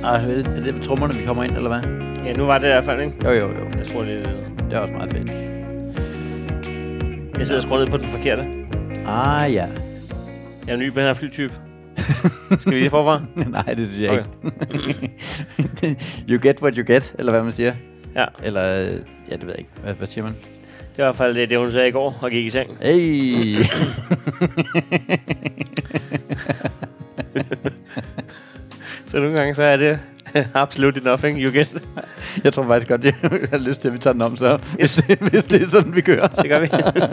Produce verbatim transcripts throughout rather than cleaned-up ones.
Ah, er det trommerne, vi kommer ind, eller hvad? Ja, nu var det i hvert fald, ikke? Jo, jo, jo. Jeg tror, det er... Det er også meget fedt. Jeg sidder og skruer ned på den forkerte. Ah, ja. Jeg er ny på den her flytype. Skal vi lige forfra? Nej, det synes jeg Okay. ikke. You get what you get, eller hvad man siger. Ja. Eller, ja, det ved jeg ikke. Hvad, hvad siger man? Det var i hvert fald det, det, hun sagde i går og gik i seng. Hey! Så nogle gange så er det absolutely nothing you get. Jeg tror faktisk godt, jeg har lyst til, at vi tager den om så, hvis, det, hvis det er sådan, vi gør. Det gør vi.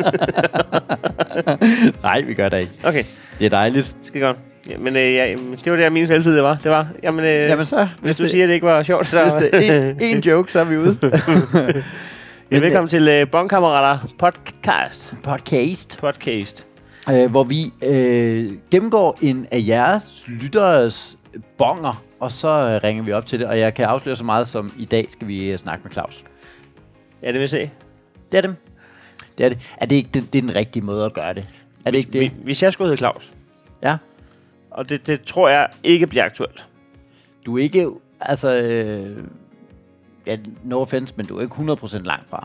Nej, vi gør det ikke. Okay. Det er dejligt. Skide godt. Ja, men øh, ja, det var det, jeg mindes altid, det var. Det var, jamen, øh, Jamen så, hvis, hvis du det, siger, at det ikke var sjovt, så... hvis det er en, en joke, så er vi ude. Ja, velkommen til øh, Bonkammerater podcast. Podcast. Podcast. Øh, hvor vi øh, gennemgår en af jeres lytteres bonger, og så øh, ringer vi op til det. Og jeg kan afsløre så meget som, i dag skal vi øh, snakke med Claus. Ja, det vil se. Det er det. Det er det. Er det ikke den, det er den rigtige måde at gøre det? Er det ikke det? Hvis jeg skulle hedde Claus, Ja. og det, det tror jeg ikke bliver aktuelt. Du er ikke, altså, øh, ja, no offense, men du er ikke hundrede procent langt fra.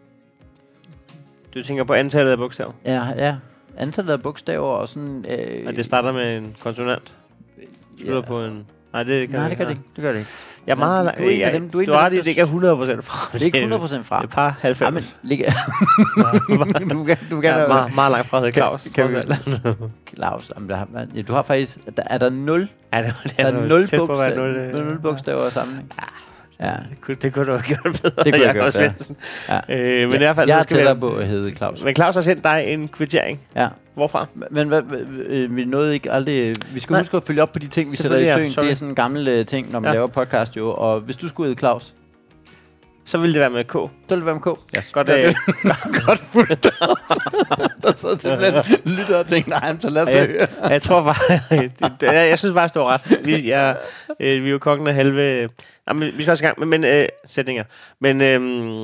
Du tænker på antallet af bogstaver, Ja, ja. Antallet af bogstaver og sådan... Øh, og det starter med en konsonant. Slutter ja. på en... Nej, det kan Nej, jeg det gør det ikke. Det gør det ikke. Jeg er meget langt. Du er en af dem, du er en du af har dem, det, der det ikke er hundrede procent fra. Det er ikke hundrede procent fra. Det er et par halvfems. Ja, men ligger... du kan, du kan jeg er meget, meget langt fra at hedde Claus. Kan, kan trods vi, alt. Claus, jamen, der, har, man- ja, du har faktisk... Der, er der nul, Ja, det, det der er noget nul, tæt på at være bogstaver, nul, øh, nul, nul bogstaver og sammenhæng? Ja. Det kunne, det kunne du have gjort bedre. Det kunne jeg Jakob gjort, ja. Svendsen. Ja. Øh, men ja, i hvert fald, jeg så er skal vi- tættere på at hedde Claus. Men Claus har sendt dig en kvittering. Ja. Hvorfra? Men hvad, hvad, øh, vi nåede ikke aldrig... Vi skal Nej. huske at følge op på de ting, vi sætter i Selvfølgelig, ja. søen. Sorry. Det er sådan en gammel øh, ting, når man Ja. laver podcast jo. Og hvis du skulle hedde Claus, Så ville det være med K. så ville det være med K. Ja, godt. Øh, Godt fuldt. Der sad simpelthen lytter og tænkte, nej, så lad os det høre. jeg, jeg tror bare... det, det, jeg, jeg synes bare, det står ret. Vi, jeg, øh, vi er jo kongen af halve... Jamen, vi skal også i gang. Men, men øh, sætninger. Men øh,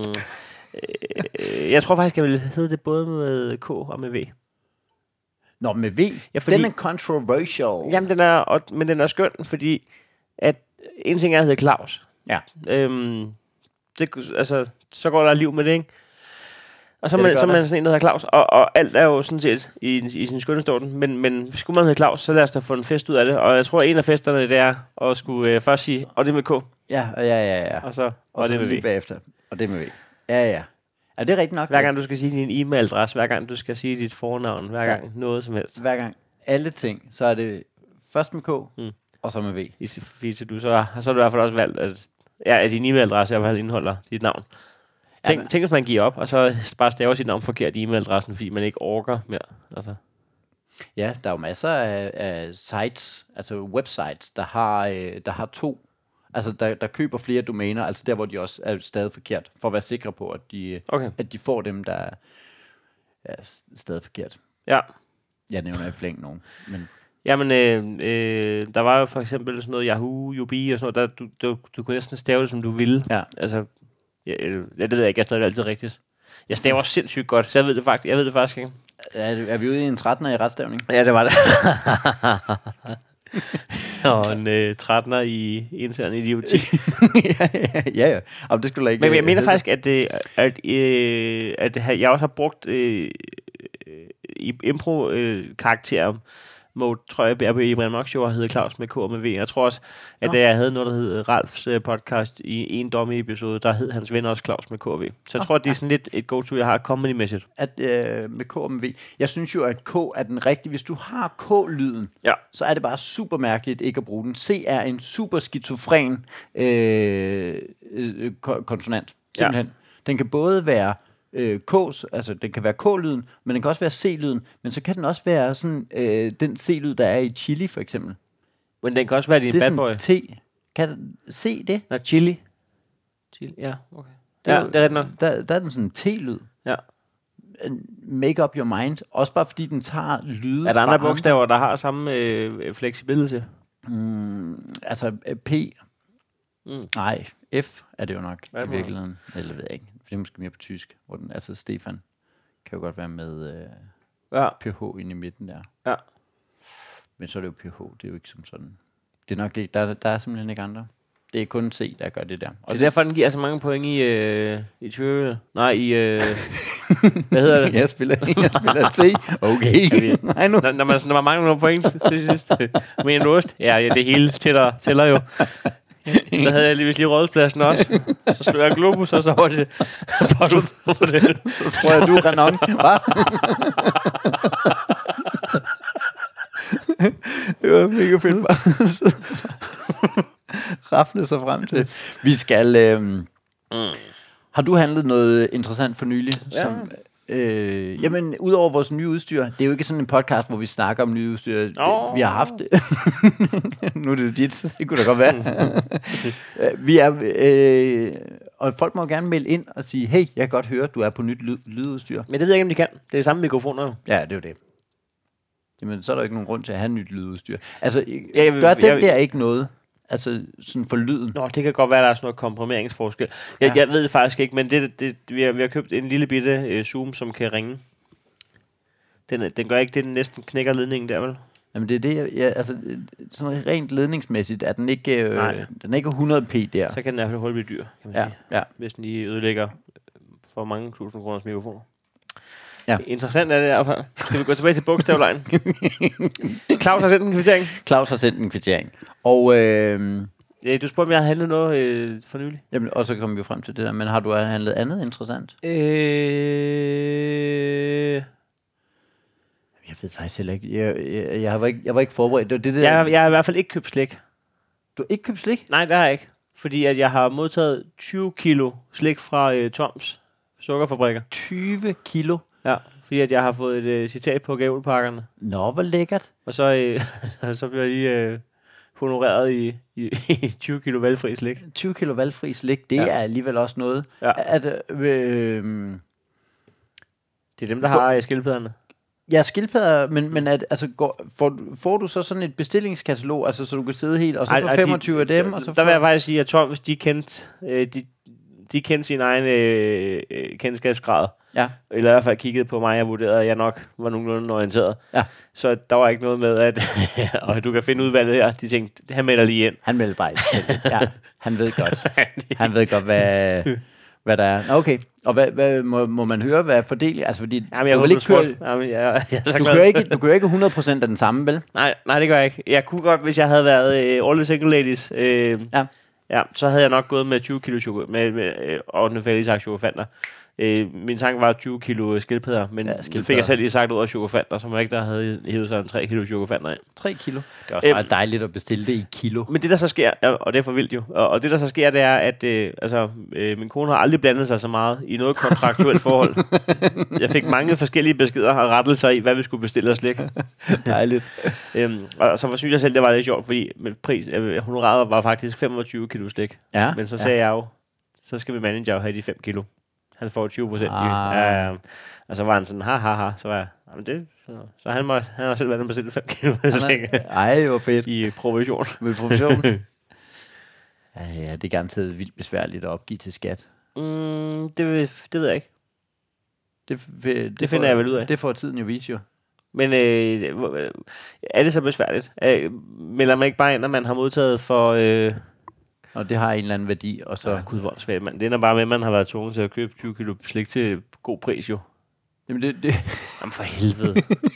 øh, jeg tror faktisk, jeg ville hedde det både med K og med V. Nå, med V. Ja, fordi- Den er controversial. Jamen, den er, og, men den er skøn, fordi at en ting er at hedde Claus. Ja. Øhm, det, altså, så går der liv med det, ikke? Og så er Ja, man, det så er gør man det. sådan en, der hedder Claus. Og, og alt er jo sådan set i, i sin skønne står den. Men, men skulle man hedde Claus, så lad os da få en fest ud af det. Og jeg tror, at en af festerne, det er at skulle øh, først sige, og det med K. Ja, ja, ja, ja. Og så, og, Og og så det med lige V. bagefter. Og det med V. Ja, ja. Er det rigtigt nok? Hver gang du skal sige din e-mailadresse, hver gang du skal sige dit fornavn, hver Ja. gang noget som helst. Hver gang. Alle ting, så er det først med K, Mm. og så med V. I- Fordi til du så, så har du i hvert fald også valgt, at, ja, at din e-mailadresse i hvert fald indeholder dit navn. Tænk, men- tænk, hvis man giver op, og så bare staver sit navn forkert i e-mailadressen, fordi man ikke orker mere. Altså. Ja, der er jo masser af, af sites, altså websites, der har, øh, der har to, altså der, der køber flere domæner, altså der, hvor de også er stadig forkert, for at være sikre på, at de, Okay. at de får dem, der er s- stadig forkert. Ja. Jeg nævner i flæng nogen, men Jamen, øh, øh, der var jo for eksempel sådan noget Yahoo, Yubi og sådan noget, der, du, du, du kunne næsten stave det, som du ville. ja. Altså, ja, øh, ja, det ved jeg ikke, jeg stadig altid rigtigt. Jeg staver sindssygt godt, så jeg ved det faktisk, jeg ved det faktisk ikke. Er, er vi ude i en trettener i retstavning? Ja, det var det. Og en øh, trettener i intern idioti. ja, ja, ja, ja. Og det skulle da ikke... Men jeg mener øh, faktisk, at, øh, at, øh, at jeg også har brugt øh, øh, i impro-karakterer øh, mode, tror jeg, er i Brian Mørk Show, og hedder Claus med K og med V. Jeg tror også, at Nå. jeg havde noget, der hed Ralfs øh, podcast i en domme episode, der hed hans ven også Claus med K og V. Så jeg tror, at det er sådan lidt et go-to, jeg har comedy-mæssigt. At, øh, med K og med V. Jeg synes jo, at K er den rigtige. Hvis du har K-lyden, Ja. så er det bare super mærkeligt ikke at bruge den. C er en super skizofren øh, øh, ko- konsonant. Simpelthen. Ja. Den kan både være øh, K's, altså den kan være K-lyden, men den kan også være C-lyden, men så kan den også være sådan øh, den C-lyd, der er i chili for eksempel. Men den kan også være din Det er bad boy. sådan T. Kan den se det? Nå, chili. Chili, ja, okay. Det Ja, jo- det er rigtigt nok. Der, der er den sådan en T-lyd. Ja. Make up your mind. Også bare fordi den tager lyde Er der fra andre bogstaver, der har samme øh, flexibilitet? Mm, altså øh, P. Mm. Nej, F er det jo nok Hvad er i det for virkeligheden. Eller ved jeg ikke. Det er måske mere på tysk. Hvor den, altså Stefan kan jo godt være med øh, Ja. P H inde i midten der. Ja. Men så er det jo P H. Det er jo ikke som sådan. Det er nok ikke. Der, der er simpelthen ikke andre. Det er kun C, der gør det der. Og det er derfor, den giver så mange point i, øh, i Trivial. Nej, i... Øh, hvad hedder det? Jeg spiller, jeg spiller C. Okay. Nej, nu. Når, når, man, når man mangler nogle point til sidst. Men en ost. Ja, ja, det hele tæller, tæller jo. Så havde jeg lige, lige rådspladsen også. Så slog jeg Globus, og så var det... Så tror jeg, du er Renon. Hva? Det var mega fedt bare. Rafle sig frem til. Vi skal... Øh, mm. Har du handlet noget interessant for nylig? Ja. Som, øh, jamen, udover vores nye udstyr. Det er jo ikke sådan en podcast, hvor vi snakker om nye udstyr. Oh. Det, vi har haft det. Nu er det jo dit, så det kunne da godt være. Vi er... Øh, og folk må gerne melde ind og sige, hey, jeg kan godt høre, at du er på nyt lyd, lydudstyr. Men det ved jeg ikke, om de kan. Det er samme mikrofoner. Ja, det er jo det. Jamen, så er der ikke nogen grund til at have nyt lydudstyr. Altså, ja, jeg, gør den jeg, der ikke noget? Altså, sådan for lyden? Nå, det kan godt være, der er sådan noget komprimeringsforskel. Jeg, ja. jeg ved det faktisk ikke, men det, det, vi, har, vi har købt en lille bitte øh, Zoom, som kan ringe. Den, den gør ikke det, den næsten knækker ledningen der, vel? Jamen, det er det, jeg, jeg, altså, sådan rent ledningsmæssigt er den ikke, øh, den er ikke hundrede p der. Så kan den i hvert fald hurtigt blive dyr, kan man ja, sige. Ja. Hvis den lige ødelægger for mange tusind kroners mikrofoner. Ja. Interessant er det i hvert fald. Skal vi gå tilbage til bogstavlejen? Claus har sendt en kvittering. Claus har sendt en kvittering. Og øh, ja, du spurgte, om jeg har handlet noget øh, for nylig. Jamen, og så kommer vi frem til det der. Men har du handlet andet interessant? Øh... Jeg ved faktisk heller ikke. Jeg, jeg, jeg, var, ikke, jeg var ikke forberedt. Det, det, det, jeg, jeg har i hvert fald ikke købt slik. Du har ikke købt slik? Nej, det har jeg ikke. Fordi at jeg har modtaget tyve kilo slik fra øh, Toms sukkerfabrikker. tyve kilo? Ja, fordi at jeg har fået et øh, citat på gavlepakkerne. Nå, hvor lækkert. Og så, øh, så bliver jeg lige øh, honoreret i, i, i tyve kilo valgfri slik. tyve kilo valgfri slik, det ja. er alligevel også noget. Ja. At, øh, det er dem, der har skildpadderne. Ja, skildpadder, men, men at, altså, går, får, får du så sådan et bestillingskatalog, altså, så du kan sidde helt, og så får femogtyve de, af dem? Og så der vil jeg faktisk sige, at Toms, de kendte, øh, de, de kendte sin egen øh, kendskabsgrad. Ja. Eller i hvert fald kiggede på mig og vurderede, at jeg nok var nogenlunde orienteret. Ja. Så der var ikke noget med, at og du kan finde udvalget her. De tænkte, han melder lige ind. Han melder bare ind. Ja, han ved godt. Han ved godt, hvad, hvad der er. Okay, og hvad, hvad må, må man høre, hvad fordeling? Altså, fordi Jamen, jeg du vil ikke køre... Jamen, jeg, jeg er så du, kører ikke, du kører ikke hundrede procent af den samme, vel? Nej, nej, det gør jeg ikke. Jeg kunne godt, hvis jeg havde været øh, all the single ladies, øh, ja. Ja, så havde jeg nok gået med tyve kilo chokolade, med, med øh, ordentligt fældig chokofanter. Øh, min tanke var tyve kilo skildpadder, men ja, skildpadder. Fik jeg selv lige sagt ud af chokofanter, som jeg ikke der havde hævet sig en tre kilo chokofanter ind. tre kilo? Det er også meget æm, dejligt at bestille det i kilo. Men det der så sker, og det er for vildt jo, og, og det der så sker, det er, at øh, altså, øh, min kone har aldrig blandet sig så meget i noget kontraktuelt forhold. Jeg fik mange forskellige beskeder og rettelser i, hvad vi skulle bestille os slik. Dejligt. Øhm, og så synes jeg selv, det var lidt sjovt, fordi med pris, øh, honoraret var faktisk femogtyve kilo slik. Ja, men så sagde ja. jeg jo, så skal vi manager jo have de fem kilo. Han får tyve procent. Ah. Ja, og så var han sådan, ha, ha, ha. Så var jeg, jamen det, så, så han, må, han har selv været bestilt fem kilo. Ej, hvor fedt. I provision. Med provision. ja, ja, det er garanteret vildt besværligt at opgive til skat. Mm, det, det ved jeg ikke. Det, det, det finder får, jeg vel ud af. Det får tiden jo vise jo. Men øh, er det så besværligt? Øh, melder man ikke bare ind, når man har modtaget for... Øh, og det har en eller anden værdi, og så... Ja, gud, hvor svært, man. Det ender bare med, at man har været tvunget til at købe tyve kilo slik til god pris, jo. Jamen det... det Jamen for helvede.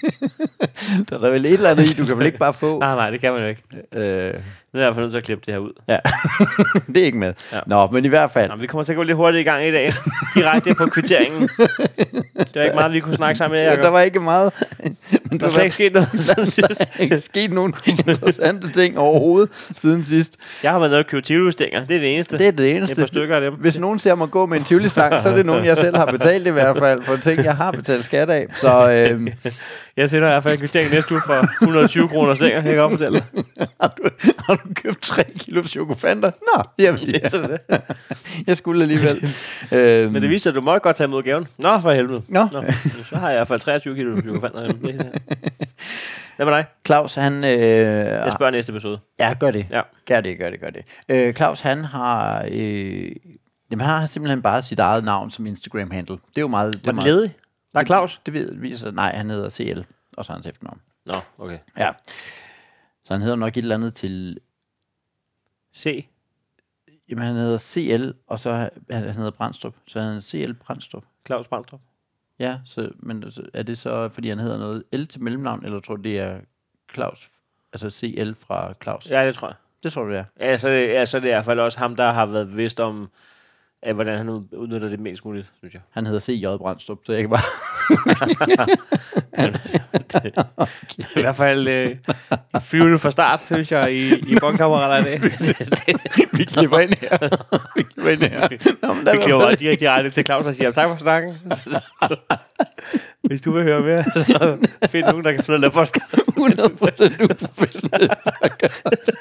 Der er vel et eller andet i, du kan vel ikke bare få... Nej, nej, det kan man jo ikke. Øh, nu er jeg i hvert fald nødt til at klippe det her ud. Ja, det er ikke med. Ja. Nå, men i hvert fald... Nå, vi kommer til at gå lidt hurtigt i gang i dag. Direkte på kvitteringen. Det var ikke meget, vi kunne snakke sammen med, ja, der var ikke meget. Men der er ikke sket noget siden sidst. Der er ikke sket nogen interessante ting overhovedet siden sidst. Jeg har været nødt til at købe Tivoli-stænger. Det er det eneste. Det er det eneste. Et par stykker af dem. Hvis nogen ser mig gå med en Tivoli-stang, så er det nogen, jeg selv har betalt i hvert fald, for ting, jeg har betalt skat af. Så... Øhm, jeg sender i hvert fald en kvittering næste uge for et hundrede og tyve kroner stænger. Jeg kan godt fortælle dig. har, du, har du købt tre kilo chokofanter? Nå, jamen, ja. Det er det. Jeg skulle alligevel. øhm. Men det viser, at du må godt tage imod gaven. Nå, for helvede. Nå. Nå. Så har jeg i hvert fald treogtyve kilo chokofanter. Hvad med dig? Claus, han... Øh, jeg spørger næste episode. Ja, gør det. Ja. Gør det, gør det, gør det. Øh, Claus, han har... Øh, jamen, han har simpelthen bare sit eget navn som Instagram-handle. Det er jo meget... Det er meget ledig? Der er Claus? Det ved viser Nej, han hedder C L, og så hans efternavn. Nå, okay. Ja. Så han hedder nok et eller andet til... C? Jamen, han hedder C L, og så han, han hedder Brandstrup. Så han hedder C L Brandstrup. Claus Brandstrup. Ja, så, men er det så, fordi han hedder noget L til mellemnavn, eller tror du, det er Claus, altså C L fra Claus? Ja, det tror jeg. Det tror du, det er? Ja, så, ja, så er det i hvert fald også ham, der har været bevidst om, at, hvordan han udnytter det mest muligt, synes jeg. Han hedder C J Brandstrup, så jeg kan bare... det, okay. I hvert fald øh, flyvende fra start, synes jeg, i, i bondkammerater i dag. Vi klipper ind her. Vi klipper ind her. Nå, vi klipper direkte direkte til Claus og siger, tak for snakken. Hvis du vil høre mere, så find nogen, der kan finde noget podcast. hundrede procent uprofessionelt podcast.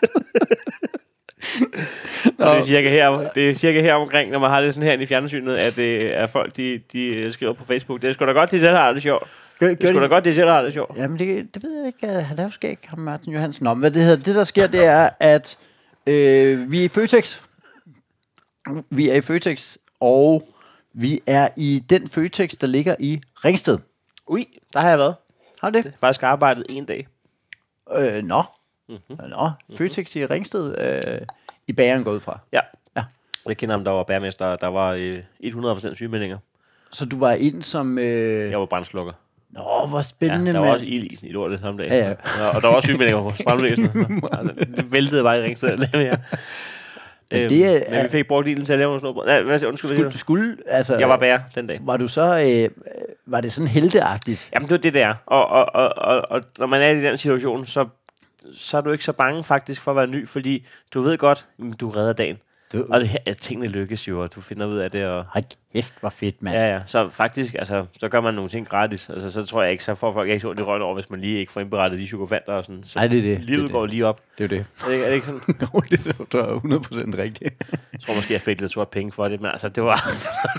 Det er cirka her, det er cirka her omkring, når man har det sådan her i fjernsynet, at det er folk, de, de skriver på Facebook. Det er sgu da godt, de selv har det sjovt. Gør, det er sgu da godt, de selv har det sjovt. Jamen, det, det ved jeg ikke. Han er jo skæg, ham Martin Johansen. Nå, hvad det hedder, det der sker, det er, at øh, vi er i Føtex. Vi er i Føtex, og vi er i den Føtex, der ligger i Ringsted. Ui, der har jeg været. Har det? Jeg har faktisk arbejdet en dag. Øh, nå. Mm-hmm. Nå, Føtex i Ringsted, øh, i bageren går ud fra. Ja. Ja. Jeg kender ham, der var bærmester, der var øh, hundrede procent sygemeldinger. Så du var ind som... Øh... Jeg var brandslukker. Nå, hvor spændende, ja, der var mand. også ildisen i lortet samme dag. Ja, ja. Og, og der var også sygemeldinger hos brandvæsenet. Altså, det væltede bare i Ringsted. Ja. Øhm, det er, men vi fik brugt ilden til at lave noget snobrød. Nej, hvad, undskyld, skulle, skulle, altså, jeg var bager den dag. Var du så... Øh, var det sådan helteagtigt? Jamen, det var det der. Og, og, og, og, og når man er i den situation, så, så er du ikke så bange faktisk for at være ny, fordi du ved godt, at du redder dagen. Du, og det her, at tingene lykkes jo, og du finder ud af det. Og ej, kæft, hvor fedt, mand. Ja, ja. Så faktisk, altså, så gør man nogle ting gratis. Altså, så tror jeg ikke, så får folk ikke så det røgne over, hvis man lige ikke får indberettet de chokofanter og sådan. Så ej, det er det. livet det, går det. lige op. Det er det. Er det, er det ikke sådan? Jo, det er hundrede procent rigtigt. Jeg tror måske, jeg fik lidt sort penge for det, men altså, det var...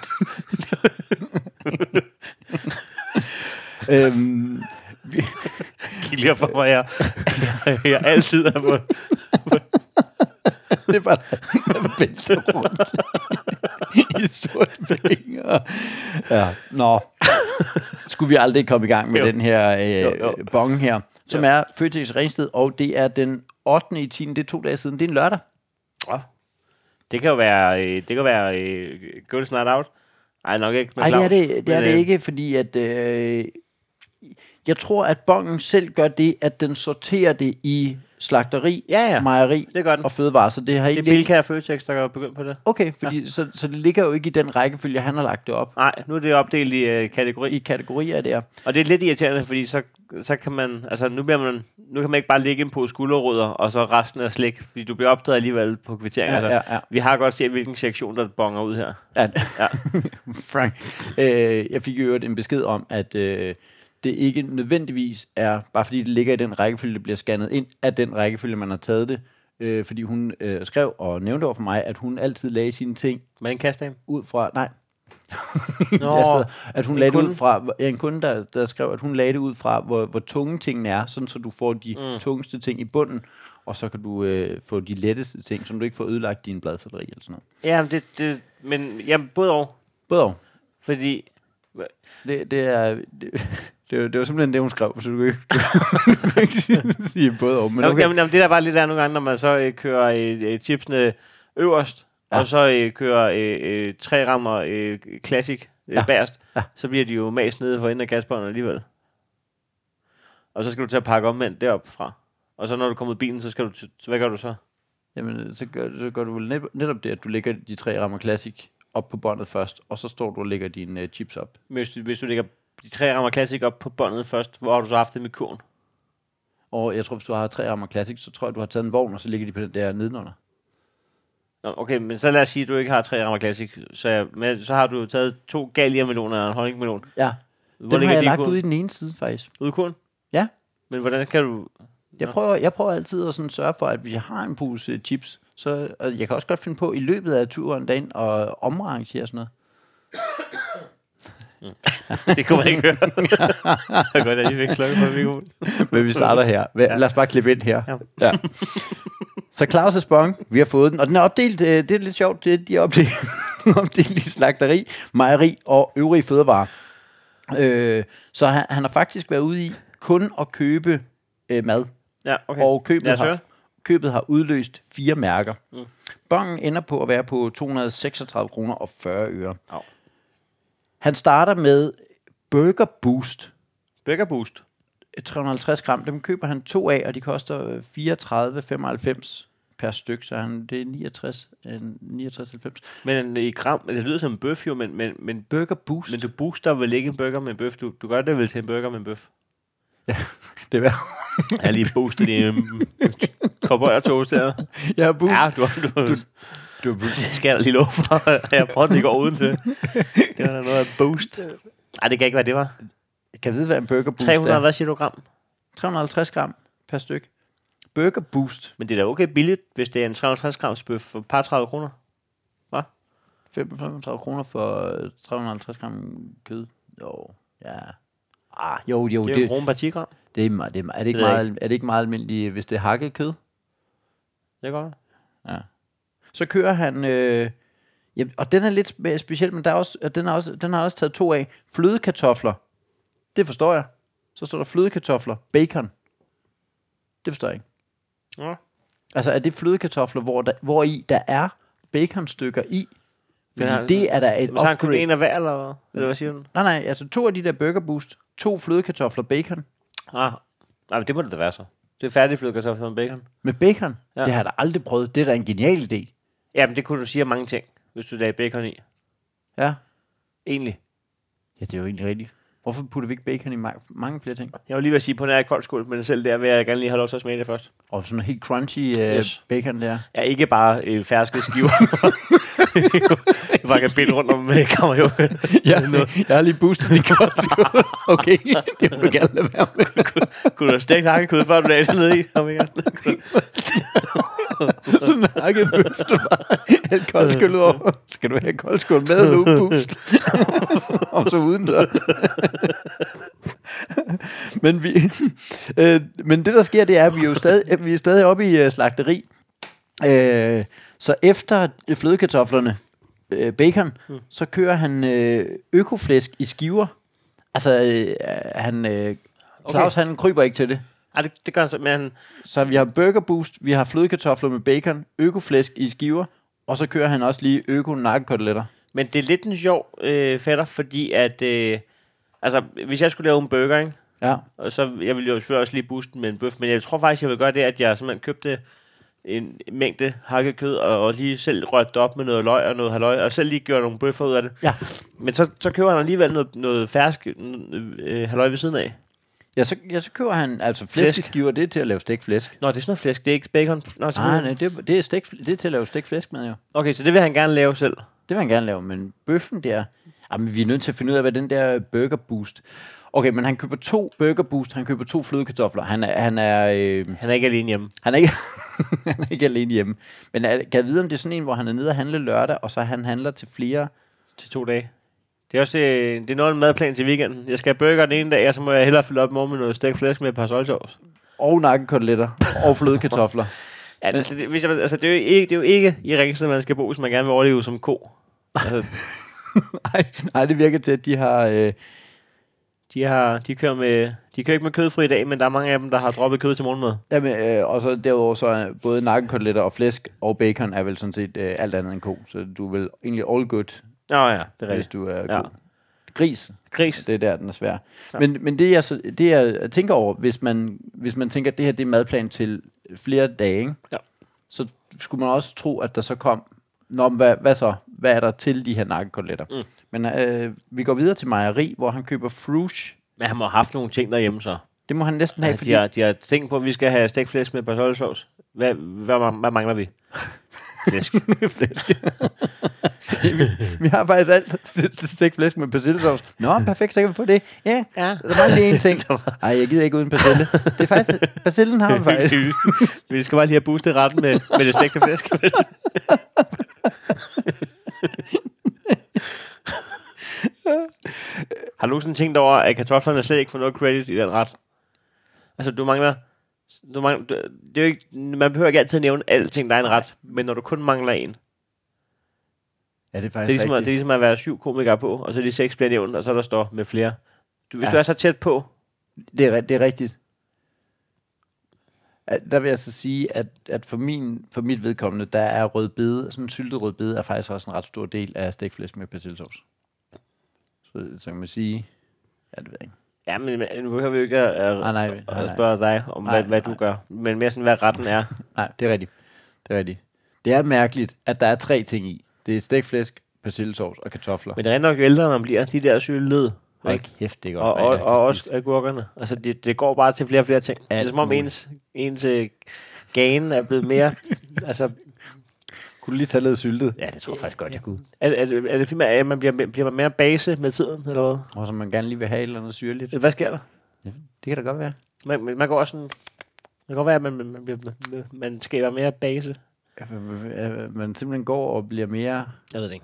øhm... Kigger for mig, jeg, jeg, jeg altid er på... Det er bare, der vælter rundt i sorte penge. Ja, nå. Skulle vi aldrig komme i gang med jo. den her øh, jo, jo. bong her, som jo. er Føtex Ringsted, og det er den ottende i tiende Det er to dage siden. Det er en lørdag. Ja. Det kan jo være, øh, det kan være øh, Girls Night Out. Nej, nok ikke med Claus. Nej, det er det, det, er det ikke, fordi at... Øh, jeg tror, at bongen selv gør det, at den sorterer det i slagteri, ja, ja. mejeri det gør den. og fødevarer. Så det har det er Bilka og Føtex, der er begyndt på det. Okay, fordi, ja. så, så det ligger jo ikke i den rækkefølge, han har lagt det op. Nej, nu er det opdelt i uh, kategori. I kategorier, det er. Og det er lidt irriterende, fordi så, så kan man, altså nu bliver man, nu kan man ikke bare ligge på skulderrødder, og så resten af slik, fordi du bliver opdaget alligevel på kvitteringen. Ja, altså, ja, ja. Vi har godt set, hvilken sektion, der bonger ud her. Ja. ja. Frank, øh, jeg fik jo en besked om, at øh, det ikke nødvendigvis er, bare fordi det ligger i den rækkefølge, det bliver scannet ind, af den rækkefølge, man har taget det. Øh, fordi hun øh, skrev og nævnte over for mig, at hun altid lagde sine ting med en kastdame ud fra, nej, Nå, sad, at hun lagde det kunde? ud fra, ja, en kunde, der, der skrev, at hun lagde det ud fra, hvor, hvor tunge tingene er, sådan så du får de mm. tungeste ting i bunden, og så kan du øh, få de letteste ting, som du ikke får ødelagt din bladcelleri eller sådan noget. Ja, det, det, men ja, både og. Både og. Fordi... Det, det er... Det, Det var, det var simpelthen det, hun skrev, så du kan ikke, du kan ikke sige både om. Men okay. Jamen, jamen, det der bare lidt der nogle gange, når man så øh, kører øh, chipsene øverst, ja. og så øh, kører øh, øh, tre rammer øh, Classic øh, ja. bagerst, ja. så bliver de jo mast nede for enden af gasbåndet alligevel. Og så skal du til at pakke omvendt derop fra. Og så når du kommer ud i bilen, så skal du, så hvad gør du så? Jamen, så gør, så gør du vel net, netop det, at du lægger de tre rammer Classic op på båndet først, og så står du og lægger dine øh, chips op. Hvis du, hvis du lægger de tre rammer Classic op på båndet først, hvor har du så haft det med kurven? Og jeg tror, hvis du har tre rammer Classic, så tror jeg, du har taget en vogn, og så ligger de på den der nedenunder. Nå, okay, men så lad os sige, at du ikke har tre rammer Classic. Så, jeg, men, så har du taget to Gallia-meloner og en honningmelon. Ja, hvor dem har jeg de lagt ud i den ene side, faktisk. Ude i kurven? Ja. Men hvordan kan du... Jeg prøver, jeg prøver altid at sådan sørge for, at hvis jeg har en pose chips, så og jeg kan også godt finde på i løbet af turen dagen og omrangere sådan noget. Mm. Det kunne man ikke høre. Det er godt, at I fik klokke på mikrofonen. Men vi starter her. Lad os bare klippe ind her. Ja. Ja. Så Claus' bong, vi har fået den. Og den er opdelt, det er lidt sjovt, det er, de er opdelt, opdelt i slagteri, mejeri og øvrige fødevarer. Øh, så han, han har faktisk været ude i kun at købe øh, mad. Ja, okay. Og købet har, købet har udløst fire mærker. Mm. bongen ender på at være på to hundrede og seksogtredive kroner og fyrre øre. Oh. Han starter med Burger Boost. Burger Boost. tre hundrede og halvtreds gram. Dem køber han to af, og de koster fireogtredive komma femoghalvfems per styk, så han, det er niogtres komma halvfems. Men i gram, det lyder som en bøf jo, men, men, men Burger Boost. Men du booster vel ikke en burger med en bøf? Du, du gør det vel til en burger med en bøf? Ja, det er jeg har lige boostet i en cowboy toast der. Jeg har boostet. Ja, du har... Du, du, du, du skal der lige lov for. Jeg prøver det går uden det. Det er noget af boost. Nej, det kan ikke være, det var. Jeg kan vide, hvad en Burger Boost tre hundrede, er. Hvad siger du gram? tre hundrede og halvtreds gram per styk. Burger Boost. Men det er da okay billigt, hvis det er en tre hundrede og halvtreds grams bøf for et par tredive kroner. Hvad? femogtredive kroner for tre hundrede og halvtreds gram kød. Jo, ja. Ah, jo, jo. Det er jo en krone per ti gram. Det er, det er, er, det ikke det er, meget, er det ikke meget almindeligt, hvis det er hakket kød? Det er godt. Ja. Så kører han... Øh, ja, og den er lidt spe- speciel, men der er også, den, er også, den har også taget to af. Flødekartofler. Det forstår jeg. Så står der flødekartofler. Bacon. Det forstår jeg ikke. Ja. Altså, er det flødekartofler, hvor, der, hvor i der er baconstykker i? Fordi har, det er der et upgrade. Så har han købt en af hver, eller hvad? Eller hvad siger du? Nej, nej, altså to af de der Burger Boost. To flødekartofler bacon. Ah, nej, men det må det da være så. Det er færdig flødekartofler med bacon. Med bacon? Ja. Det har jeg da aldrig prøvet. Det er da en genial idé. Jamen, det kunne du sige af mange ting, hvis du lagde bacon i. Ja. Egentlig. Ja, det er jo egentlig rigtigt. Hvorfor putter vi ikke bacon i mange, mange flere ting? Jeg vil lige vil sige, på nær koldskål, men selv der vil jeg gerne lige have lov til at smage det først. Og sådan noget helt crunchy uh, Yes. bacon der. Ja, ikke bare øh, ferske skiver. Jeg bare kan binde rundt om øh, kommer jo. Ja, jeg har lige boostet din koldskål. Okay, det må du gerne lade være med. Kunne du have stegt hakkekød, før du lagde det ned i? Sådan en hakket bøf, du bare helt koldskål ud over. Skal du have koldskål med eller uden boost? Og så uden så. men, vi, øh, men det der sker, det er, at vi er jo stadig, vi er stadig oppe i uh, slagteri. Øh, så efter flødekartoflerne, øh, bacon, mm. så kører han øh, økoflæsk i skiver. Altså, øh, han, øh, Claus, okay. han kryber ikke til det. Ej, det, det gør han så, men... Så vi har Burger Boost, vi har flødekartofler med bacon, økoflæsk i skiver, og så kører han også lige øko-nakkekoteletter. Men det er lidt en sjov øh, fætter, fordi at... Øh, altså, hvis jeg skulle lave en burger, ikke? Ja. Og så, jeg ville jo selvfølgelig også lige booste den med en bøf, men jeg tror faktisk, jeg vil gøre det, at jeg simpelthen købte en mængde hakket kød, og, og lige selv rørte det op med noget løg og noget halløj, og selv lige gjorde nogle bøffer ud af det. Ja. Men så, så køber han alligevel noget, noget fersk øh, halløj ved siden af. Ja, så, ja, så køber han, altså flæskeskiver, det er til at lave stegt flæsk. Nå, det er sådan noget flæsk, det er ikke bacon. Nå, Nej, nej, det, det, er stegt, det er til at lave stegt flæsk med, jo. Okay, så det vil han gerne lave selv. Det vil han gerne lave, men bøffen der, jamen, vi er nødt til at finde ud af, hvad den der Burger Boost. Okay, men han køber to Burger Boost, han køber to flødekartofler. Han er, han er, øh, han er ikke alene hjemme. Han er ikke, han er ikke alene hjemme. Men er, kan jeg vide, om det er sådan en, hvor han er nede og handle lørdag, og så han handler til flere... Til to dage. Det er også øh, det er noget af en madplan til weekenden. Jeg skal have burger den ene dag, og så må jeg hellere fylde op med noget stegt flæsk med et par solsovs. Og nakkekoteletter. Og flødekartofler. Ja, det, det, hvis jeg, altså, det, er jo ikke, det er jo ikke i Ringsted, man skal bo, hvis man gerne vil overleve som ko. Altså, nej, nej, det virker til, at de har... Øh, de har, de kører med, de kører ikke med kødfri i dag, men der er mange af dem, der har droppet kød til morgenmad. Jamen, øh, og så derudover så er både nakkekoteletter og flæsk og bacon er vel sådan set øh, alt andet end ko. Så du er vel egentlig all good, ja, ja, det er hvis rigtigt. du er ja. ko. Gris. Gris. Det er der, den er svær. Ja. Men, men det, jeg, så, det, jeg tænker over, hvis man, hvis man tænker, at det her det er madplan til flere dage, ikke? Ja. Så skulle man også tro, at der så kom, Nå, hvad, hvad så? Hvad er der til de her nakkekoteletter? Mm. Men øh, vi går videre til mejeri, hvor han køber frush. Men han må have haft nogle ting derhjemme så. Det må han næsten have, ja, fordi... De har, de har tænkt på, at vi skal have stegt flæsk med persillesauce. Hvad, hvad, hvad mangler vi? Flæsk. Flæsk. vi, vi har faktisk alt stegt flæsk med persillesauce. Nå, perfekt, så kan vi få det. Ja, ja. Der mangler lige en ting. Ej, jeg gider ikke uden persille. Det er faktisk... Persillen har vi faktisk. Vi skal bare lige have boostet retten med, med det stegte flæsk. Har du sådan tænkt over, at kartoflerne slet ikke får noget credit i den ret? Altså, du mangler... Du mangler du, det er jo ikke, man behøver ikke altid at nævne alting, der er en ret, men når du kun mangler en. Ja, det er faktisk det er, ligesom, rigtigt. det er ligesom at være syv komikere på, og så er de seks bliver nævnt, og så der står med flere. Du, hvis ja. du er så tæt på... Det er, det er rigtigt. Der vil jeg så sige, at, at for, min, for mit vedkommende, der er rødbede, sådan en syltet rødbede, er faktisk også en ret stor del af stegflæsk med persillesauce. Så, så kan man sige, ja, det ved jeg ikke. Ja, men nu behøver vi jo ikke at, at, Ah, nej, at, nej, at spørge dig om, nej, hvad, hvad nej. du gør. Men mere sådan, hvad retten er. Nej, det er rigtigt. Det er rigtigt. Det er mærkeligt, at der er tre ting i. Det er stegflæsk, persillesauce og kartofler. Men det er nok, jo ældre man bliver, de der syltede. Hold kæft, det er Og, godt. og, og også agurkerne. Altså, det, det går bare til flere og flere ting. Det er som om ens, ens øh, ganen er blevet mere... altså, kunne du lige tage lidt syltet? ja, det tror jeg faktisk godt, jeg kunne. Er, er, det, er det fordi, at man bliver, bliver man mere base med tiden, eller hvad? Og som man gerne lige vil have et eller andet syrligt. Hvad sker der? Ja, det kan da godt være. Man, man går også sådan... Det kan godt være, at man, man, man, man, man skaber mere base. Man simpelthen går og bliver mere... Jeg ved det ikke.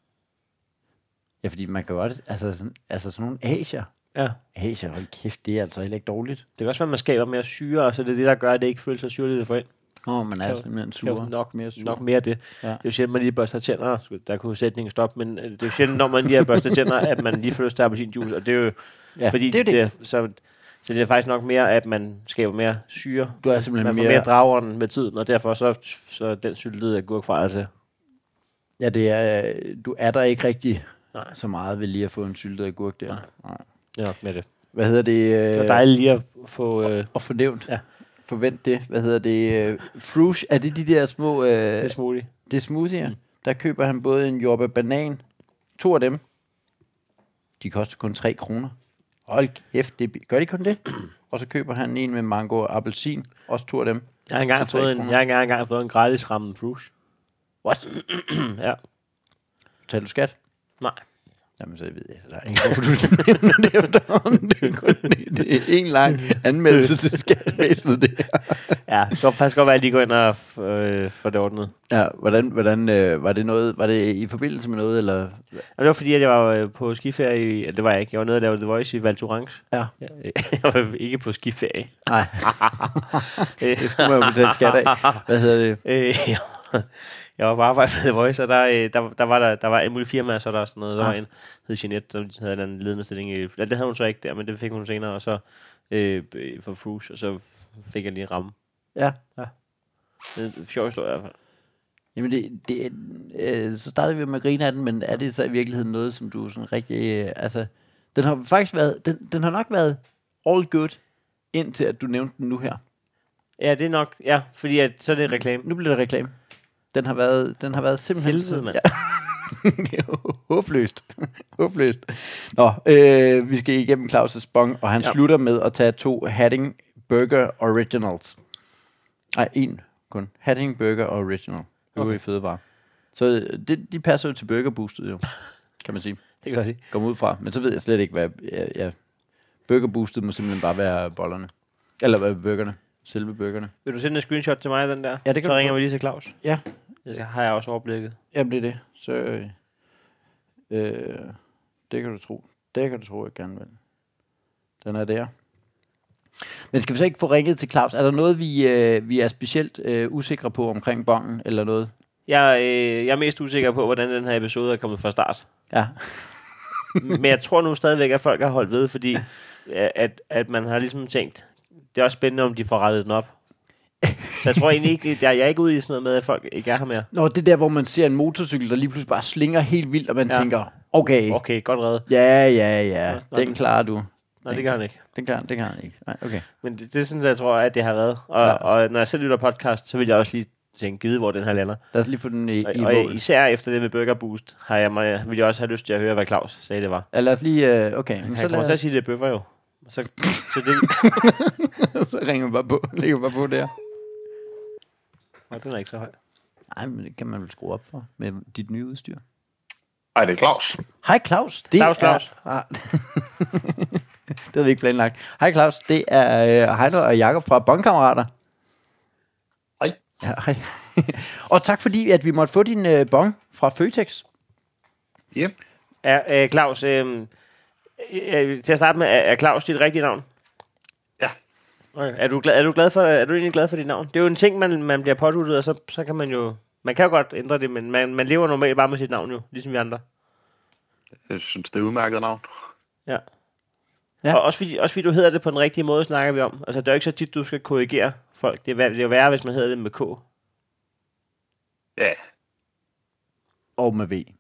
Ja, fordi man kan godt... Altså sådan, altså sådan nogle asier. Ja. Asier, hold kæft, det er altså heller ikke dårligt. Det kan også være, at man skaber mere syre, så det er det, der gør, at det ikke føles så syrligt for ind. Åh, oh, man er Kan- simpelthen Det sur. er nok mere sur. Nok mere det. Ja. Det er jo sjældent, man lige børster tænder. Der kunne sætningen stoppe, men øh, det er jo sjældent, når man lige har børstet tænder, at man lige får lyst til appelsinjuice. Og det er jo... Ja, fordi det er det. det er, så, så det er faktisk nok mere, at man skaber mere syre. Du er simpelthen Man får mere... mere drageren med tiden, og derfor så, så den syltede agurk fra altså. Ja, det er... Du er der ikke rigtig Nej. så meget ved lige at få en syltet agurk der. Nej. Nej. Det er nok med det. Hvad hedder det? Det er dejligt lige at få... Øh, Og fornævnt. Ja. Forvent det. Hvad hedder det? Frush, er det de der små... Øh, det smoothie. det er smoothier. Mm. Der køber han både en jordbær banan. To af dem. De koster kun tre kroner. Hold kæft, det er bi- gør de kun det? Og så køber han en med mango og appelsin. Også to af dem. Jeg har engang Til tre fået en, kroner. jeg har engang, engang fået en gratis ramme frush. What? Ja. Tager du skat? Nej. Jamen, så ved jeg, så der er ingen grund, for du nævner det efterhånden. Det er, kun, det er en lang anmeldelse til skattevæsenet, det her. Ja, det kan faktisk godt være, at de går ind og f- øh, får det ordnet. Ja, hvordan, hvordan øh, var det noget, var det i forbindelse med noget, eller? Og det var fordi, at jeg var øh, på skiferie i, det var jeg ikke, jeg var nede og lavede The Voice i Val Thorens. Ja. Ja, øh, jeg var ikke på skiferie. Nej. Det skulle man jo betale skat af. Hvad hedder det? Øh, jeg var på arbejde med The Voice, og der, øh, der, der var der, der var en mulig firma, så der var sådan noget, der Ah. var en, hed Jeanette, der havde en ledende stilling i, ja, det havde hun så ikke der, men det fik hun senere, og så øh, for Frush, og så fik jeg lige en ramme. Ja. Det er en sjov historie i hvert fald. Jamen, det, det, øh, så startede vi med at grine af den, men er det så i virkeligheden noget, som du sådan rigtig, øh, altså, den har faktisk været, den, den har nok været all good, indtil at du nævnte den nu her. Ja, det er nok, ja, fordi at, så er det reklame. Nu bliver det reklame. Den har været, den har været simpelthen... Helvede, mand. Ja. Håbløst. Håbløst. Nå, øh, vi skal igennem Claus' bong, og han Ja. ja. slutter med at tage to Hatting Burger Originals. Nej, en kun. Hatting Burger Original. Øvrige okay. fødevarer. Så det, de passer jo til burgerboostet jo, kan man sige. Det gør de. Kom ud fra. Men så ved jeg slet ikke, hvad... Ja, ja. Burgerboostet må simpelthen bare være bollerne. Eller hvad burgerne. Selve burgerne. Vil du sende en screenshot til mig, den der? Ja, det kan så du ringer få. vi lige til Claus. Ja. Det har jeg også overblikket. Jamen, det er det. Så, øh, øh, det kan du tro. Det kan du tro, jeg gerne vil. Den er der. Men skal vi så ikke få ringet til Claus? Er der noget, vi, øh, vi er specielt øh, usikre på omkring bongen, eller noget? Jeg, øh, jeg er mest usikker på, hvordan den her episode er kommet fra start. Ja. Men jeg tror nu stadigvæk, at folk har holdt ved, fordi at, at man har ligesom tænkt, det er også spændende, om de får rettet den op. Så jeg tror egentlig ikke, jeg, jeg er ikke ude i sådan noget med, at folk ikke er her mere. Nå, det er der, hvor man ser en motorcykel, der lige pludselig bare slinger helt vildt, og man Ja. ja. tænker, okay, Okay, godt reddet. ja, ja, ja, Nå, den nå. klarer du. Nej, det gør han ikke. Den kan, det kan han ikke. Nej, okay. Men det, det er sådan, jeg tror, at det har været. Og, Ja. og når jeg selv lytter podcast, så vil jeg også lige tænke, givet hvor den her lander. Lad os lige få den i, Og, i og mål. især efter det med Burger Boost, har jeg, mig, vil jeg også have lyst til at høre, hvad Claus sagde, det var. Ja, lad os lige, øh, okay. Men Han så, kommer lad, til at sige, det er bøffer jo. Så, så det... så ringer vi bare på. Lægger bare på der. Nå, den er ikke så høj. Nej, men det kan man vel skrue op for med dit nye udstyr. Ej, det er Claus. Hej Claus. Det Claus, Claus. Er, ah, det havde vi ikke planlagt. Hej Claus, det er øh, Heino og Jakob fra Bongkammerater. Hej. Ja, hej. Og tak fordi, at vi måtte få din øh, bong fra Føtex. Yep. Er, øh, Claus, øh, øh, til at starte med, er, er Claus dit rigtige navn? Ja. Okay. Er du glad, er du glad for, er du egentlig glad for dit navn? Det er jo en ting, man, man bliver påduttet, og så, så kan man jo, man kan jo godt ændre det, men man, man lever normalt bare med sit navn jo, ligesom vi andre. Jeg synes, det er udmærket navn. Ja. Ja. Og også fordi, også fordi du hedder det på den rigtige måde, snakker vi om. Altså, det er jo ikke så tit, du skal korrigere folk. Det er, det er jo værre, hvis man hedder det med K. Ja. Og med V.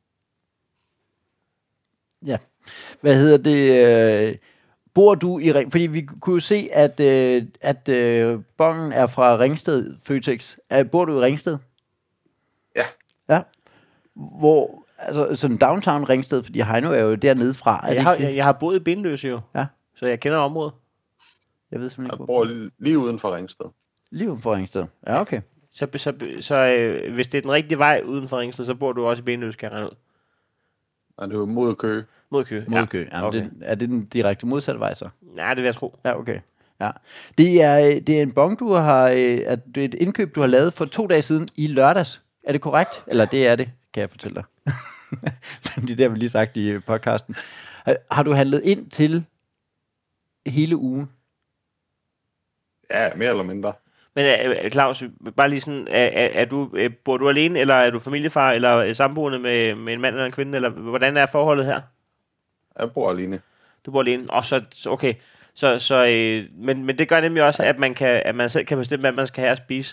Ja. Hvad hedder det? Øh, bor du i Ring? Fordi vi kunne jo se, at, øh, at øh, bongen er fra Ringsted Føtex. Er, bor du i Ringsted? Ja. Ja. Hvor, altså sådan downtown Ringsted, fordi Heino er jo dernede fra. Er Jeg det har, ikke det? jeg, jeg har boet i Benløse jo, Ja. så jeg kender området. Jeg ved simpelthen Jeg ikke, bor li- lige uden for Ringsted. Lige uden for Ringsted. Ja, okay. Så, så, så øh, hvis det er den rigtige vej uden for Ringsted, så bor du også i Benløse, kan jeg regne ud. Og det er jo mod Køge. Mod Køge. Mod Køge. Ja, okay. det, er det den direkte modsatte vej så? Nej, det vil jeg tro. Ja, okay. Ja. Det er, det er en bong, du har, øh, at det er et indkøb, du har lavet for to dage siden i lørdags. Er det korrekt? Eller det er det, kan jeg fortælle dig. Det er det, har vi lige sagt i podcasten. Har, har du handlet ind til hele ugen? Ja, mere eller mindre. Men øh, Claus, bare lige sådan, er, er, er du, øh, bor du alene, eller er du familiefar, eller øh, samboende med, med en mand eller en kvinde, eller hvordan er forholdet her? Jeg bor alene. Du bor alene, og så, så okay. Så, så, øh, men, men det gør nemlig også, at man, kan, at man selv kan bestemme, hvad man skal have at spise.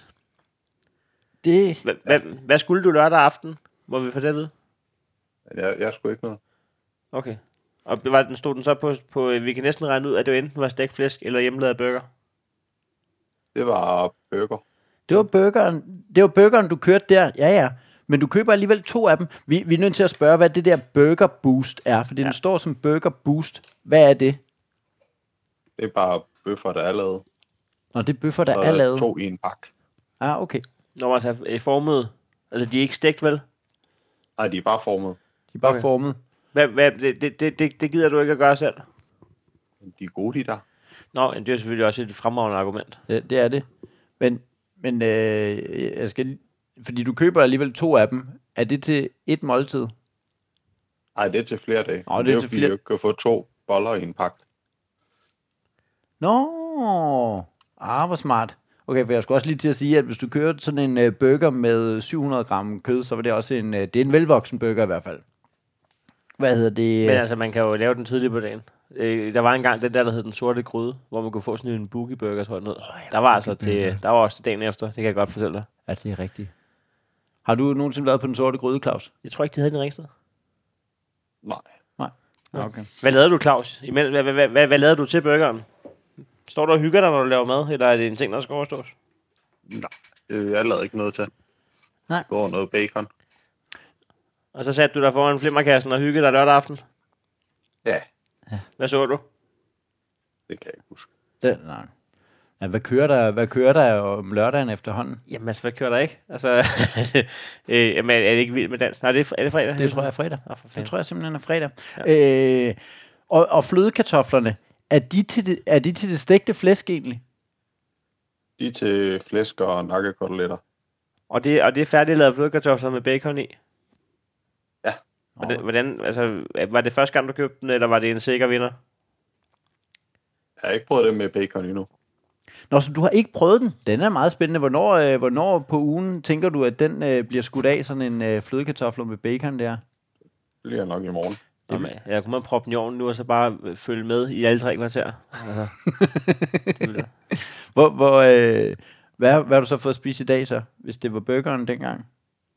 Det, Hva, hva, hvad skulle du lørdag aften? Må vi få det at vide? Jeg, jeg skulle ikke noget. Okay. Og var den, stod den så på, på, vi kan næsten regne ud, at det jo enten var stegt flæsk eller hjemmelavet burger? Det var burger. det var burgeren, det var burgeren, du kørte der. Ja, ja. Men du køber alligevel to af dem. Vi, vi er nødt til at spørge, hvad det der Burger Boost er. Fordi ja. Den står som Burger Boost. Hvad er det? Det er bare bøffer, der er lavet. Nå, det er bøffer, der Så er lavet. to i en pakke. Ah, okay. Når man altså er formet, altså de er ikke stegt, vel? Nej, de er bare formet. De er bare Okay. okay. formet. Hvad, hvad, det, det, det, det, det gider du ikke at gøre selv? De er gode, de der. Nå, men det er selvfølgelig også et fremragende argument. Det, det er det. Men, men øh, jeg skal, fordi du køber alligevel to af dem. Er det til et måltid? Nej, det er til flere dage. Nå, Men det er jo, til fordi flere- jeg kan få to boller i en pakke. Nå, ah, hvor smart. Okay, for jeg skulle også lige til at sige, at hvis du kører sådan en øh, burger med syv hundrede gram kød, så var det også en, øh, det er en velvoksen burger i hvert fald. Hvad hedder det? Men altså, man kan jo lave den tidligt på dagen. Øh, der var engang den der, der hed den sorte gryde, hvor man kunne få sådan en boogie burger, tror jeg, ned. Der var altså til, der var også til dagen efter, det kan jeg godt fortælle dig. Ja, det er rigtigt. Har du nogensinde været på den sorte gryde, Claus? Jeg tror ikke, de havde den i Ringsted. Nej. Ja, okay. Hvad lavede du, Claus? Imellem, hvad, hvad, hvad, hvad, hvad lavede du til burgeren? Står du og hygger dig, når du laver mad, eller er det en ting, der skal overstås? Nej. Øh, Jeg lavede ikke noget til. Nej. Det går noget bacon. Og så satte du dig foran flimmerkassen og hyggede dig lørdag aften. Ja, Hvad så du? det kan jeg ikke huske. Det, nej. Ja, hvad kører der, hvad kører der om lørdagen efterhånden? Jamen altså, hvad kører der ikke? Altså, øh, jamen, er det ikke vildt med dans? Nej, det er, er det fredag? Det tror jeg er fredag. Ah, for Det fanden. tror jeg simpelthen er fredag. Ja. Øh, og, og flødekartoflerne, er de, til det, er de til det stegte flæsk egentlig? De er til flæsk og nakkekoteletter. Og det, og det er færdiglavet flødekartofler med bacon i? Ja. Hvordan, hvordan, altså, var det første gang, du købte den, eller var det en sikker vinder? Jeg har ikke prøvet det med bacon endnu. Nå, så du har ikke prøvet den. Den er meget spændende. Hvornår, øh, hvornår på ugen tænker du, at den øh, bliver skudt af, sådan en øh, flødekartofler med bacon der? Det bliver nok i morgen. Jamen, jeg kunne man proppe den i ovnen nu, og så bare øh, følge med i alle tre kvarter. Altså, det ville jeg. Hvor, hvor, øh, hvad, hvad har du så fået at spise i dag så, hvis det var burgeren dengang?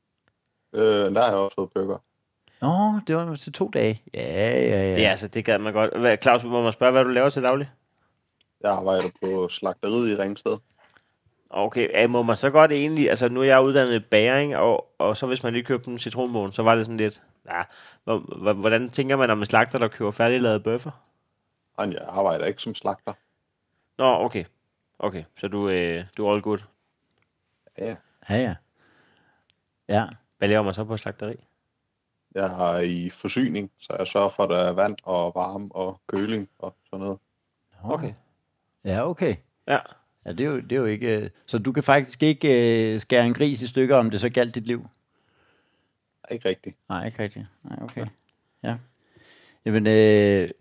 Øh, der har jeg også fået burger. Nå, det var til to dage. Ja, ja, ja. Det er altså, det gad man godt. Hvad, Claus, må man spørge, hvad du laver til daglig? Jeg arbejder på slagteriet i Ringsted. Okay, ja, må man så godt egentlig, altså nu er jeg uddannet bagering, og, og så hvis man lige købte en citronmåne, så var det sådan lidt, ja, hvor- hvordan tænker man om en slagter, der køber færdiglavede bøffer? Men jeg arbejder ikke som slagter. Nå, okay. Okay, så du, øh, du er all good. Ja, Ja, ja. Ja. Hvad laver man så på et slagteri? jeg er i forsyning, så jeg sørger for, at der er vand og varme og køling og sådan noget. Nå. Okay. Ja, okay. Ja. Ja, det er jo, det er jo ikke... øh, Så du kan faktisk ikke øh, skære en gris i stykker, om det så galt dit liv? Ikke rigtigt. Nej, ikke rigtigt. Nej, okay. Ja. Jamen, øh,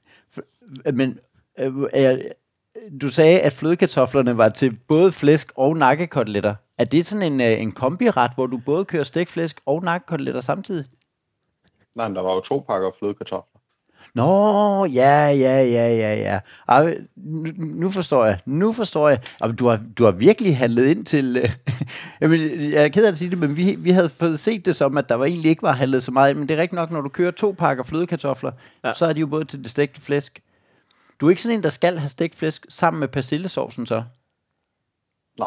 f- men øh, er, du sagde, at flødekartoflerne var til både flæsk og nakkekoteletter. Er det sådan en, øh, en kombiret, hvor du både kører stegt flæsk og nakkekoteletter samtidig? Nej, men der var jo to pakker flødekartofler. Nå, ja, ja, ja, ja, ja. Ej, nu, nu forstår jeg. Nu forstår jeg. Ej, du, har, du har virkelig handlet ind til... Øh, jamen, jeg er ked af at sige det, men vi, vi havde fået set det som, at der var egentlig ikke var handlet så meget. Men det er rigtigt nok, når du kører to pakker flødekartofler, ja. Så er de jo både til det stegte flæsk. Du er ikke sådan en, der skal have stegt flæsk sammen med persillesovsen så? Nej.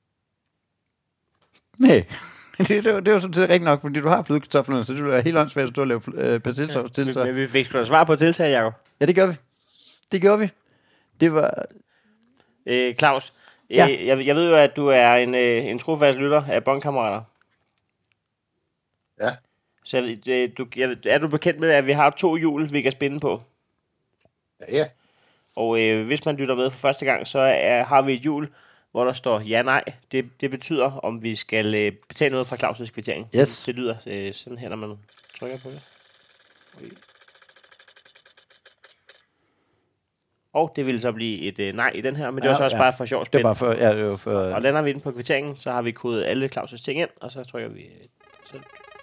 Nej. Det, det, det, det er jo sådan set rigtigt nok, fordi du har flødekartoflerne, så det er helt åndssvagt at stå og lave øh, persillesovs ja, til. Så. Men vi fik sgu da svar på tiltag, Jacob. Ja, det gør vi. Det gjorde vi. Det var... Øh, Claus, ja. øh, jeg, jeg ved jo, at du er en, øh, en trofast lytter af Bondkammerater. Ja. Så øh, du, jeg, er du bekendt med, at vi har to hjul, vi kan spænde på? Ja, ja. Og øh, hvis man lytter med for første gang, så er, har vi et hjul, hvor der står ja-nej. Det, det betyder, om vi skal øh, betale noget fra Claus' kvittering. Yes. Det lyder øh, sådan her, når man trykker på det. Okay. Og det vil så blive et øh, nej i den her, men det ja, var så også ja. bare for sjov spænd. Det var bare for... Ja, det var for og lander vi inde på kvitteringen, så har vi kodet alle Claus' ting ind, og så trykker vi... Så.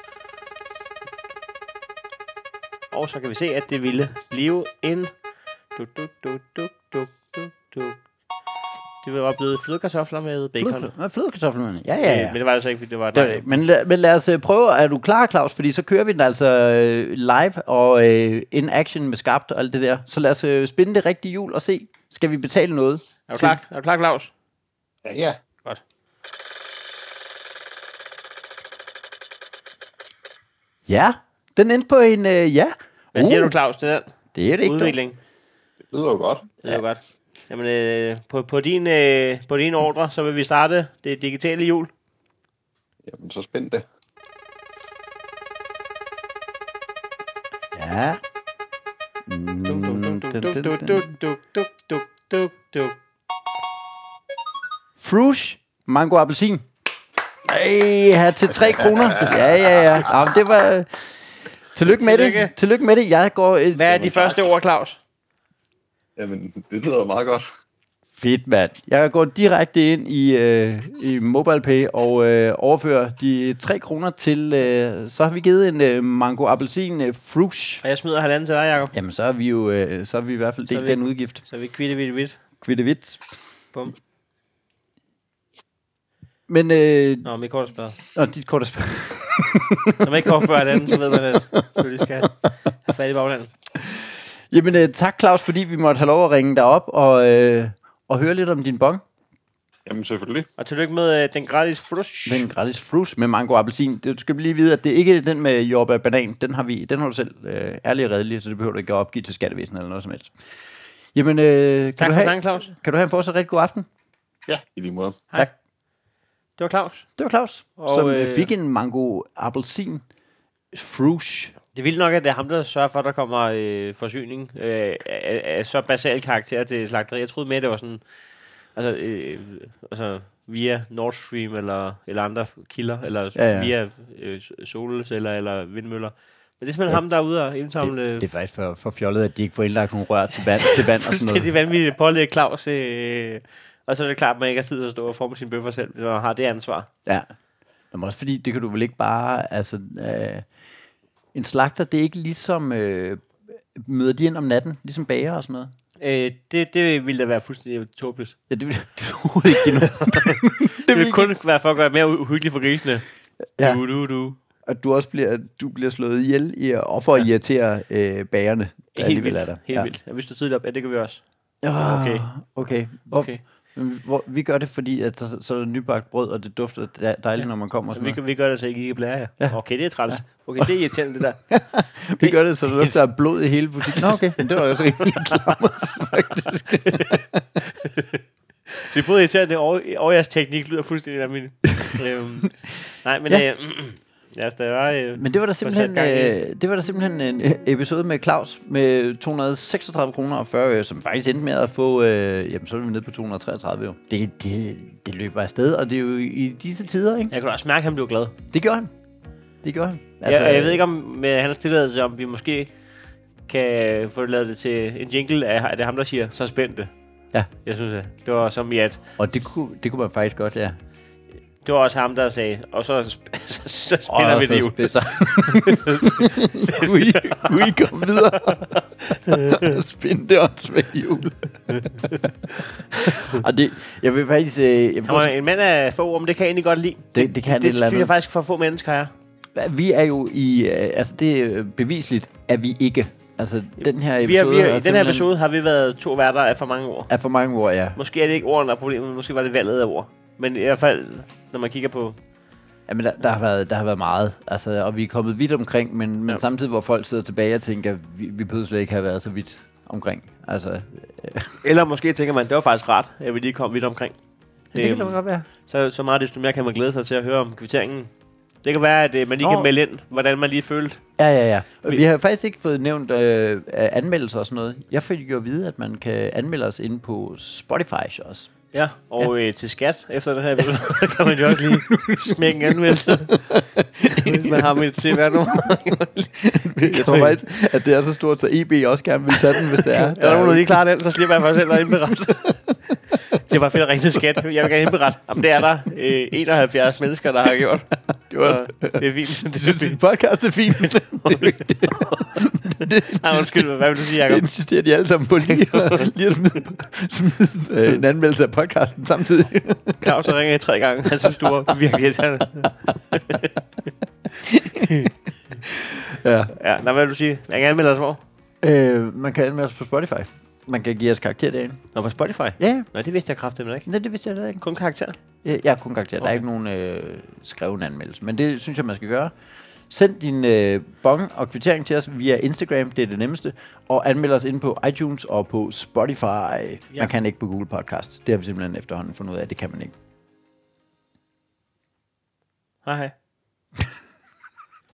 Og så kan vi se, at det ville blive en... Du, du, du, du, du, du, du. Det var blevet flødekartofler med bacon. Fløde, flødekartofler med, ja, ja, ja. Øh, men det var altså ikke, det var... Det var det. Men, la, men lad os uh, prøve, er du klar, Claus? Fordi så kører vi den altså uh, live og uh, in action med skarpt og alt det der. Så lad os uh, spinde det rigtige hjul og se, skal vi betale noget? Er du klar, er du klar Claus? Ja, ja. Godt. Ja, den endte på en uh, ja. Hvad siger uh. du, Claus, til den? Det er det ikke. Udvikling. Det lyder jo godt. Det lyder ja. godt. Jamen, øh, på, på, din, øh, på din ordre, så vil vi starte det digitale hjul. Jamen, så spænd det. Ja. Mm, dun, dun, dun, dun. Frush, mango appelsin. Ej, her til tre kroner. Ja, ja, ja. Jamen, det var... Tillykke med det. Tillykke med det. Jeg går... Et... Hvad er de første ord, Claus? Jamen, det lyder meget godt. Fedt, mand. Jeg går direkte ind i, øh, i MobilePay og øh, overfører de tre kroner til... Øh, så har vi givet en øh, mango appelsin øh, frush. Og jeg smider halvanden til dig, Jacob. Jamen, så er vi jo øh, så er vi i hvert fald delt den udgift. Så er vi kvitte vidt vidt. Kvitte vidt. Bum. Men... Øh, Nå, mit kort er spørget. Nå, dit kort er spørget. Når man ikke går før den, så ved man, at du lige skal have fat i baglandet. Jamen, øh, tak Claus, fordi vi måtte have lov at ringe dig op og, øh, og høre lidt om din bong. Jamen, selvfølgelig. Og tillykke med øh, den gratis frush. Den gratis frush med mango appelsin. Du skal lige vide, at det ikke er den med jordbær banan. Den har vi, den har du selv øh, ærlig og redelig, så det behøver du ikke at opgive til skattevæsenet eller noget som helst. Jamen, øh, kan, tak du for have, den, Claus. Kan du have en fortsat rigtig god aften? Ja, i lige måde. Hej. Tak. Det var Claus. Det var Claus, og, som øh, fik en mango appelsin frush. Det er vildt nok, at det er ham, der sørger for, at der kommer øh, forsyning øh, af, af så basal karakter til slagteri. Jeg troede mere, det var sådan, altså, øh, altså via Nord Stream eller, eller andre kilder, eller ja, ja. via øh, solceller eller vindmøller. Men det er simpelthen ja. ham, der er ude og indsamle... Det, det er faktisk for, for fjollet, at de ikke får indlagt nogle rør til vand, til vand og sådan noget. Det er vanvittigt pålæg Claus. Øh, og så er det klart, at man ikke har tid til at stå og forme sine bøffer selv, hvis man har det ansvar. Ja. Men også fordi, det kan du vel ikke bare... Altså, øh, en slagter, det er ikke ligesom... Øh, møder de ind om natten, ligesom bager og sådan noget? Øh, det, det ville da være fuldstændig tåbeligt. Ja, det ville det ikke give noget. det, det ville kun være for at gøre det mere uhyggeligt for grisene. Ja. Du, du, du. At du også bliver, du bliver slået ihjel i, og for at ja. irritere øh, bagerne. Helt vildt. Der. Helt ja. vildt. Ja, hvis du tidligt op, ja, det kan vi også. Ja, okay. Okay. Hvor, okay. Hvor, vi gør det, fordi at der, så er der nybagt brød, og det dufter dejligt, ja. når man kommer. Vi, vi gør det, så I ikke blærer jer. Ja. Okay, det er træls. Ja. Okay, det er irriterende, det der. vi det, gør det, så der lugter af blod i hele butikken. Nå, okay, men det var også rimelig klammers, faktisk. det er både irriterende, og, og jeres teknik lyder fuldstændig af min. øhm, nej, men... Ja. Øh, Ja, det var, øh, Men det var da simpelthen, øh, det var da simpelthen en episode med Claus med to hundrede og seksogtredive kroner og fyrre øre, som faktisk endte med at få, øh, jamen så er vi nede på to hundrede og treogtredive øre. Det, det, det løber afsted, og det er jo i disse tider, ikke? Jeg kunne også mærke, at han blev glad. Det gjorde han. Det gjorde han. Altså, ja, jeg ved ikke, om med hans tilladelse, om vi måske kan få lavet det til en jingle af, det er ham, der siger, så spændte. Ja. Jeg synes, det var som i at... Og det kunne, det kunne man faktisk godt, ja. Det var også ham, der sagde, og så, så, så spiller oh, vi det jo. Kunne I, kunne I komme videre? Spinde det åndssvagt jul. Og det, jeg vil faktisk... Jeg vil også, en mand af få ord, men det kan jeg egentlig godt lide. Det, det kan det, det, det synes jeg faktisk for få mennesker her. Vi er jo i... Altså, det er bevisligt, at vi ikke... Altså, den her episode... Vi har, vi har, I den her episode har vi været to værter af for mange ord. Af for mange ord, ja. Måske er det ikke ordene, der er problemet, måske var det valget af ord. Men i hvert fald, når man kigger på... Jamen, der, der, har, været, der har været meget. Altså, og vi er kommet vidt omkring, men, men ja. samtidig, hvor folk sidder tilbage og tænker, vi, vi behøver slet ikke have været så vidt omkring. Altså, øh. Eller måske tænker man, det var faktisk rart, at vi lige kom vidt omkring. Ja, det kan øhm, godt være. Så, så meget desto mere kan man glæde sig til at høre om kvitteringen. Det kan være, at øh, man lige Nå. kan melde ind, hvordan man lige følte. Ja, ja, ja. Vi, vi har faktisk ikke fået nævnt øh, anmeldelser og sådan noget. Jeg fik jo at vide, at man kan anmelde os inde på Spotify også. Ja, og ja. Øh, til skat efter det her episode, kan man jo også lige smække en anmeldelse. Man har mit C V R-nummer. Jeg tror faktisk, at det er så stort, så E B også gerne vil tage den, hvis det er. Ja, der er nogen, der lige klarer den, så slipper jeg faktisk selv at indberette. Det var fedt at ringe til skat. Jeg vil gerne indberette. Jamen, det er der øh, enoghalvfjerds mennesker, der har gjort. Det, var, det er fint. Det synes, din podcast er fint. Nej, undskyld, hvad vil du sige, Jacob? Det insisterer de alle sammen på lige at, lige at smide, smide øh, en anmeldelse af podcasten samtidig. Claus har ringet tre gange. Han synes, du var virkelig irriterende. Ja. Ja, nej, hvad vil du sige? Jeg kan anmelde os hvor? Øh, man kan anmelde os på Spotify. Man kan give os karakter derinde. Nå, på Spotify? Ja. Nå, det vidste jeg kraftigt ikke. Nej, det vidste jeg da ikke. Kun karakter? Ja, ja kun karakter. Okay. Der er ikke nogen øh, skreven anmeldelse. Men det synes jeg, man skal gøre. Send din øh, bong og kvittering til os via Instagram. Det er det nemmeste. Og anmeld os ind på iTunes og på Spotify. Ja. Man kan ikke på Google Podcast. Det har vi simpelthen efterhånden fundet ud af. Det kan man ikke. Hej hej.